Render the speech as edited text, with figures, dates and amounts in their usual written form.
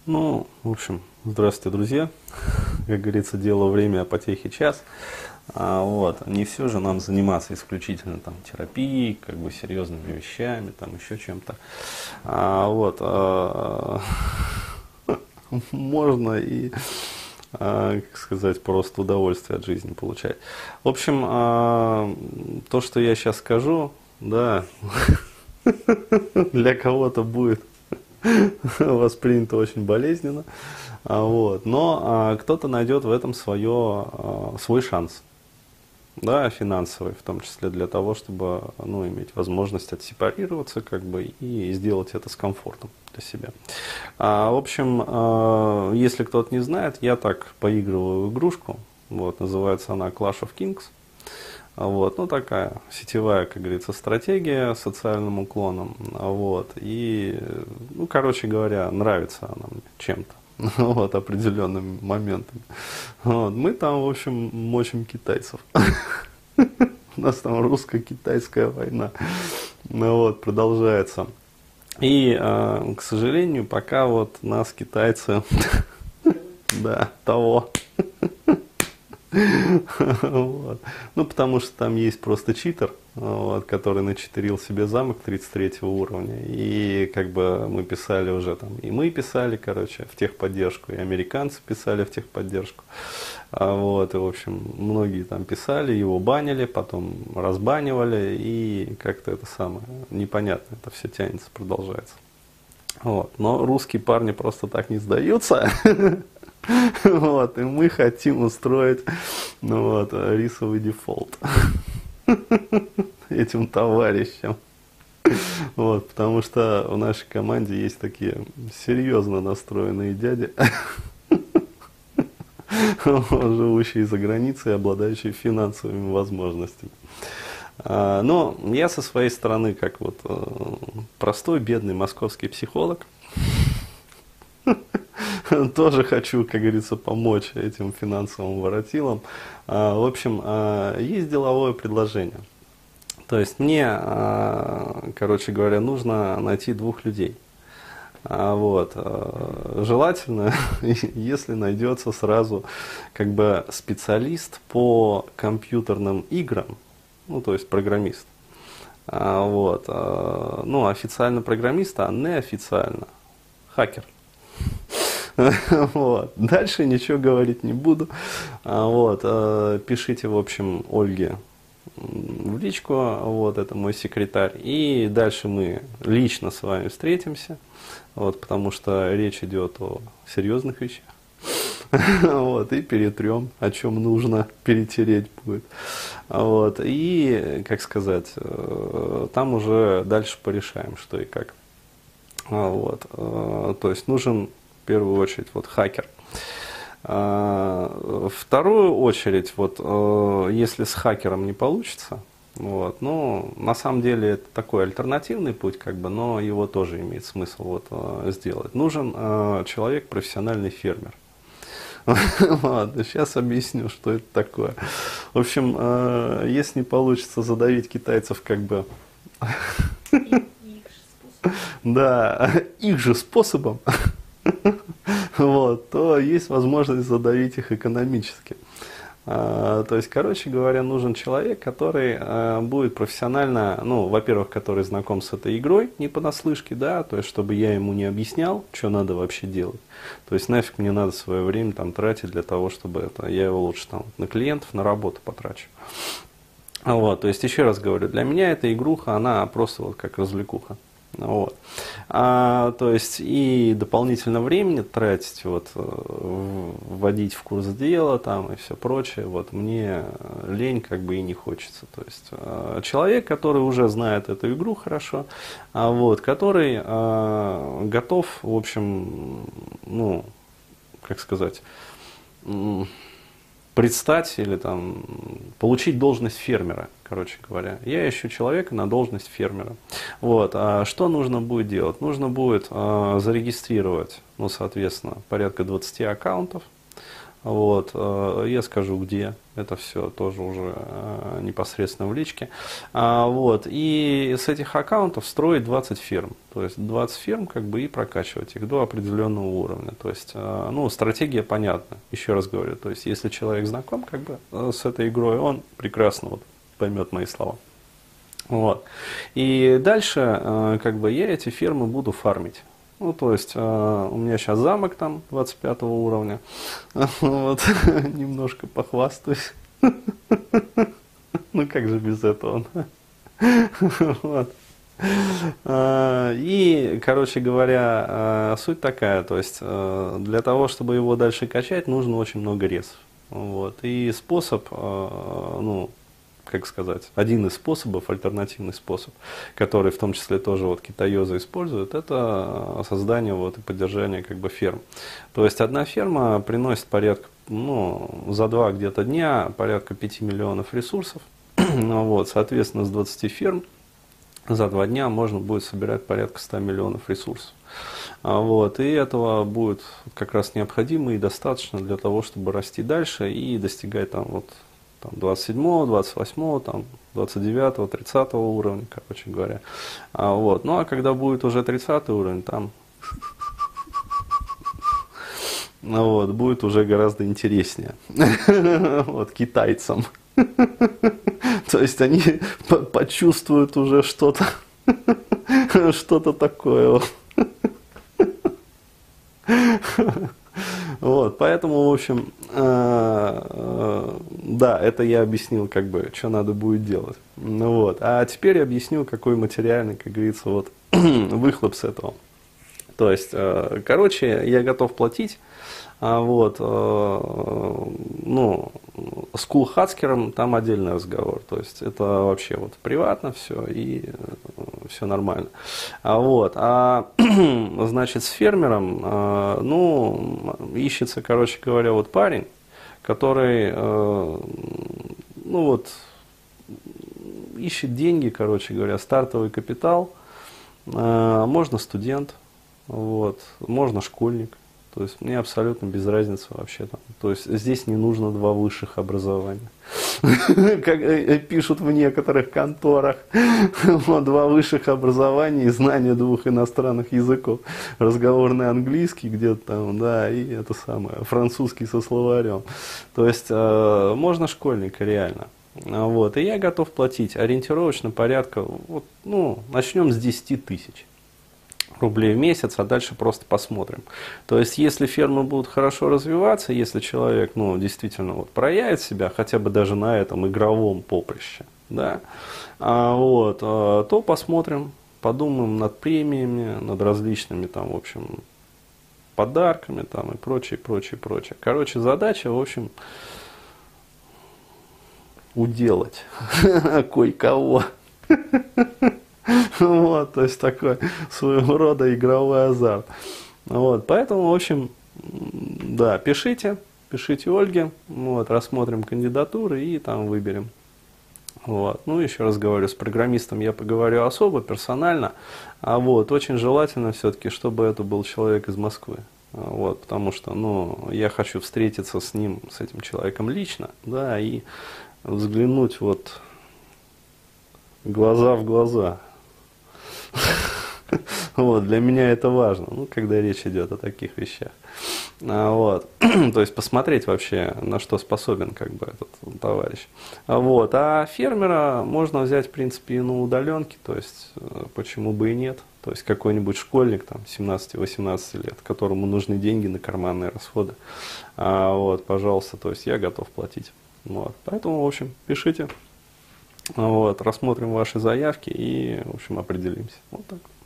Ну, в общем, здравствуйте, друзья. Как говорится, дело время, а потехи час. Вот. Не все же нам заниматься исключительно там терапией, как бы серьезными вещами, там еще чем-то. Вот. Можно и, как сказать, просто удовольствие от жизни получать. В общем, то, что я сейчас скажу, да, для кого-то будет воспринято очень болезненно, вот. Но кто-то найдет в этом свой шанс, да, финансовый, в том числе для того, чтобы, ну, иметь возможность отсепарироваться, как бы, и сделать это с комфортом для себя. В общем, если кто-то не знает, я так поигрываю в игрушку, вот, называется она Clash of Kings. Вот, ну, такая сетевая, как говорится, стратегия с социальным уклоном. Вот, и, ну, короче говоря, нравится она мне чем-то. Вот, определенным моментом. Вот, мы там, в общем, мочим китайцев. У нас там русско-китайская война. Ну, вот, продолжается. И, к сожалению, пока вот нас китайцы, да, того. Вот. Ну, потому что там есть просто читер, вот, который начитерил себе замок 33 уровня. И как бы мы писали уже там, и мы писали, короче, в техподдержку, и американцы писали в техподдержку. Вот, и, в общем, многие там писали, его банили, потом разбанивали, и как-то это самое, непонятно, это все тянется, продолжается. Вот. Но русские парни просто так не сдаются. Вот, и мы хотим устроить, ну вот, рисовый дефолт этим товарищам. Вот, потому что в нашей команде есть такие серьезно настроенные дяди, живущие за границей и обладающие финансовыми возможностями. Но я со своей стороны, как вот простой, бедный московский психолог, тоже хочу, как говорится, помочь этим финансовым воротилам. В общем, есть деловое предложение. То есть мне, короче говоря, нужно найти двух людей. Вот. Желательно, если найдется сразу как бы специалист по компьютерным играм, ну, то есть программист. Вот. Ну, официально программист, а неофициально хакер. Вот. Дальше ничего говорить не буду. Вот. Пишите, в общем, Ольге в личку, вот, это мой секретарь. И дальше мы лично с вами встретимся, вот, потому что речь идет о серьезных вещах. Вот, и перетрем, о чем нужно перетереть будет. Вот, и, как сказать, там уже дальше порешаем, что и как. Вот, то есть нужен в первую очередь вот хакер. В вторую очередь, вот, если с хакером не получится, вот, ну, на самом деле это такой альтернативный путь, как бы, но его тоже имеет смысл вот, сделать. Нужен человек, профессиональный фермер. Ладно, сейчас объясню, что это такое. В общем, если не получится задавить китайцев, как бы, да, их же способом, вот, то есть возможность задавить их экономически. То есть, короче говоря, нужен человек, который будет профессионально, ну, во-первых, который знаком с этой игрой, не понаслышке, да, то есть, чтобы я ему не объяснял, что надо вообще делать. То есть, нафиг мне надо свое время там тратить для того, чтобы это, я его лучше там на клиентов, на работу потрачу. Вот, то есть, еще раз говорю, для меня эта игруха, она просто вот как развлекуха. Вот. То есть и дополнительно времени тратить, вот, вводить в курс дела там, и все прочее, вот, мне лень как бы и не хочется. То есть человек, который уже знает эту игру хорошо, вот, который готов, в общем, ну, как сказать, предстать или там получить должность фермера, короче говоря. Я ищу человека на должность фермера. Вот. А что нужно будет делать? Нужно будет зарегистрировать, ну, соответственно, порядка 20 аккаунтов. Вот, я скажу, где. Это все тоже уже непосредственно в личке. Вот, и с этих аккаунтов строить 20 фирм. То есть 20 фирм как бы и прокачивать их до определенного уровня. То есть, ну, стратегия понятна, еще раз говорю. То есть, если человек знаком как бы с этой игрой, он прекрасно вот поймет мои слова. Вот. И дальше как бы я эти фирмы буду фармить. Ну, то есть, у меня сейчас замок там 25 уровня. Вот, немножко похвастаюсь. Ну, как же без этого? Вот. И, короче говоря, суть такая, то есть, для того, чтобы его дальше качать, нужно очень много ресов. Вот. И способ, ну, как сказать, один из способов, альтернативный способ, который в том числе тоже вот китаёзы используют, это создание вот и поддержание как бы ферм. То есть одна ферма приносит порядка, ну, за 2 где-то дня порядка 5 миллионов ресурсов. Вот, соответственно, с 20 ферм за 2 дня можно будет собирать порядка 100 миллионов ресурсов. Вот, и этого будет как раз необходимо и достаточно для того, чтобы расти дальше и достигать там вот 27, 28, там, 29, 30 уровня, короче говоря. Вот. Ну а когда будет уже 30 уровень, там вот, будет уже гораздо интереснее. Вот, китайцам. То есть они почувствуют уже что-то, что-то такое. Вот, поэтому, в общем, да, это я объяснил, как бы, что надо будет делать. Ну, вот. А теперь я объясню, какой материальный, как говорится, вот, выхлоп с этого. То есть, короче, я готов платить. Вот, ну, с кулхацкером там отдельный разговор. То есть, это вообще вот приватно все и все нормально. Вот, значит, с фермером, ну, ищется, короче говоря, вот парень, который, ну, вот, ищет деньги, короче говоря, стартовый капитал. Можно студент, вот, можно школьник. То есть мне абсолютно без разницы вообще там. То есть здесь не нужно 2 высших образования. Как пишут в некоторых конторах. 2 высших образования и знание 2 иностранных языков. Разговорный английский где-то там, да, и это самое, французский со словарем. То есть можно школьника реально. Вот, и я готов платить ориентировочно порядка, вот, ну, начнем с 10 тысяч рублей в месяц, а дальше просто посмотрим. То есть, если фермы будут хорошо развиваться, если человек, ну, действительно вот, проявит себя, хотя бы даже на этом игровом поприще, да, вот, то посмотрим, подумаем над премиями, над различными там, в общем, подарками там и прочее, прочее, прочее. Короче, задача, в общем, уделать кое-кого. Вот, то есть такой своего рода игровой азарт. Вот, поэтому, в общем, да, пишите Ольге, вот, рассмотрим кандидатуры и там выберем. Вот. Ну, еще раз говорю, с программистом я поговорю особо, персонально. Вот, очень желательно все-таки, чтобы это был человек из Москвы. Вот, потому что, ну, я хочу встретиться с ним, с этим человеком лично, да, и взглянуть вот глаза в глаза. Вот, для меня это важно, ну, когда речь идет о таких вещах. Вот. То есть посмотреть вообще, на что способен как бы этот товарищ. Вот. А фермера можно взять, в принципе, и на удаленке, то есть почему бы и нет. То есть какой-нибудь школьник там 17-18 лет, которому нужны деньги на карманные расходы. Вот, пожалуйста, то есть я готов платить. Вот. Поэтому, в общем, пишите. Вот, рассмотрим ваши заявки и, в общем, определимся. Вот так.